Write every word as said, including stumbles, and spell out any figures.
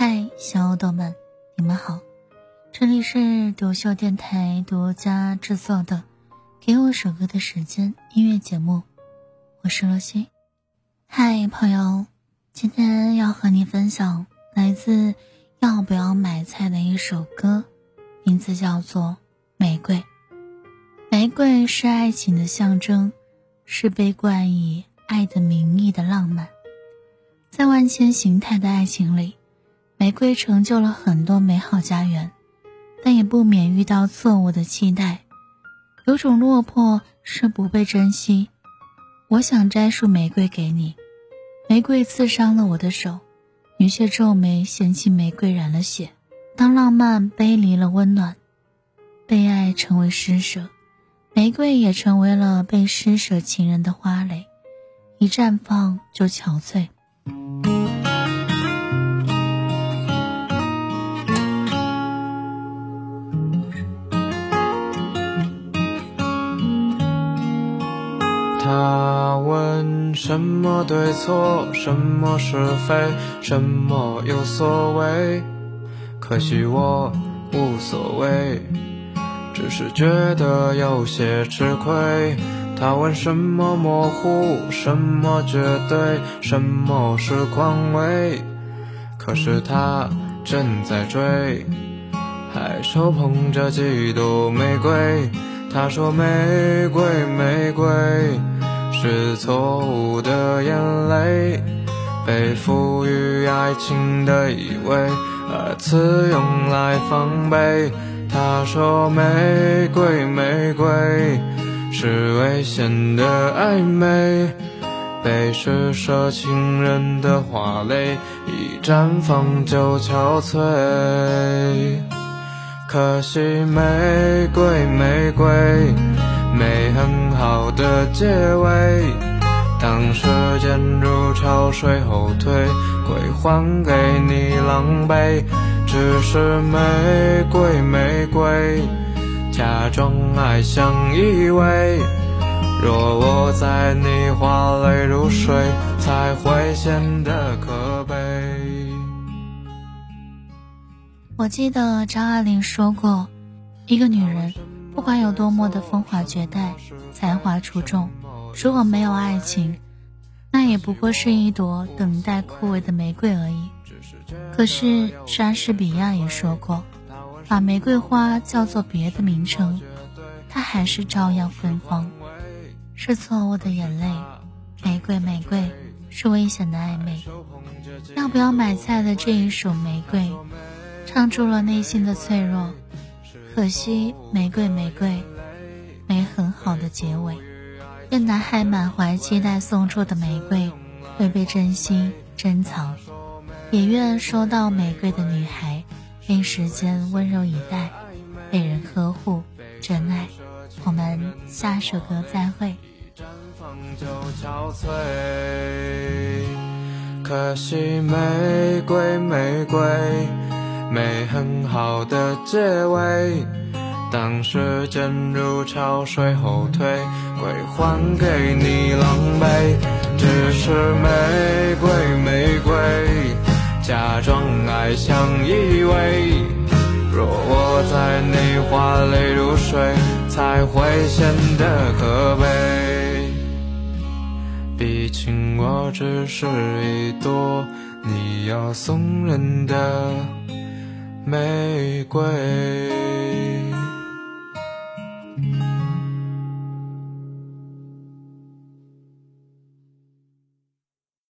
嗨，小耳朵们，你们好，这里是独秀电台独家制作的给我首歌的时间音乐节目，我是罗西。嗨，朋友，今天要和你分享来自要不要买菜的一首歌，名字叫做玫瑰。玫瑰是爱情的象征，是被冠以爱的名义的浪漫。在万千形态的爱情里，玫瑰成就了很多美好家园，但也不免遇到错误的期待。有种落魄是不被珍惜。我想摘束玫瑰给你，玫瑰刺伤了我的手，你却皱眉嫌弃玫瑰染了血。当浪漫背离了温暖，被爱成为施舍，玫瑰也成为了被施舍情人的花蕾，一绽放就憔悴。 他问什么对错，什么是非，什么有所谓，可惜我无所谓，只是觉得有些吃亏。他问什么模糊，什么绝对，什么是狂威，可是他正在追，还手捧着几朵玫瑰。他说玫瑰玫瑰是错误的眼泪，被赋予爱情的以为，而此用来防备。他说玫瑰玫瑰是危险的暧昧，被施舍情人的花蕾，一绽放就憔悴。可惜玫瑰玫瑰没很好的结尾，当时间如潮水后退，归还给你狼狈。只是玫瑰玫瑰假装爱像依偎，若我在你花泪如水，才会显得可悲。 我记得张爱玲说过，一个女人不管有多么的风华绝代，才华出众，如果没有爱情，那也不过是一朵等待枯萎的玫瑰而已。可是莎士比亚也说过，把玫瑰花叫做别的名称，它还是照样芬芳。是错误的眼泪，玫瑰玫瑰是危险的暧昧。要不要买菜的这一首玫瑰唱出了内心的脆弱，可惜玫瑰玫瑰没很好的结尾。愿男孩满怀期待送出的玫瑰会被珍惜珍藏，也愿收到玫瑰的女孩被时间温柔以待，被人呵护真爱。我们下首歌再会。 可惜玫瑰玫瑰没很好的结尾，当时间如潮水后退，归还给你狼狈。只是玫瑰玫瑰假装爱像依偎，若我在你花泪如水，才会显得可悲。毕竟我只是一朵你要送人的玫瑰。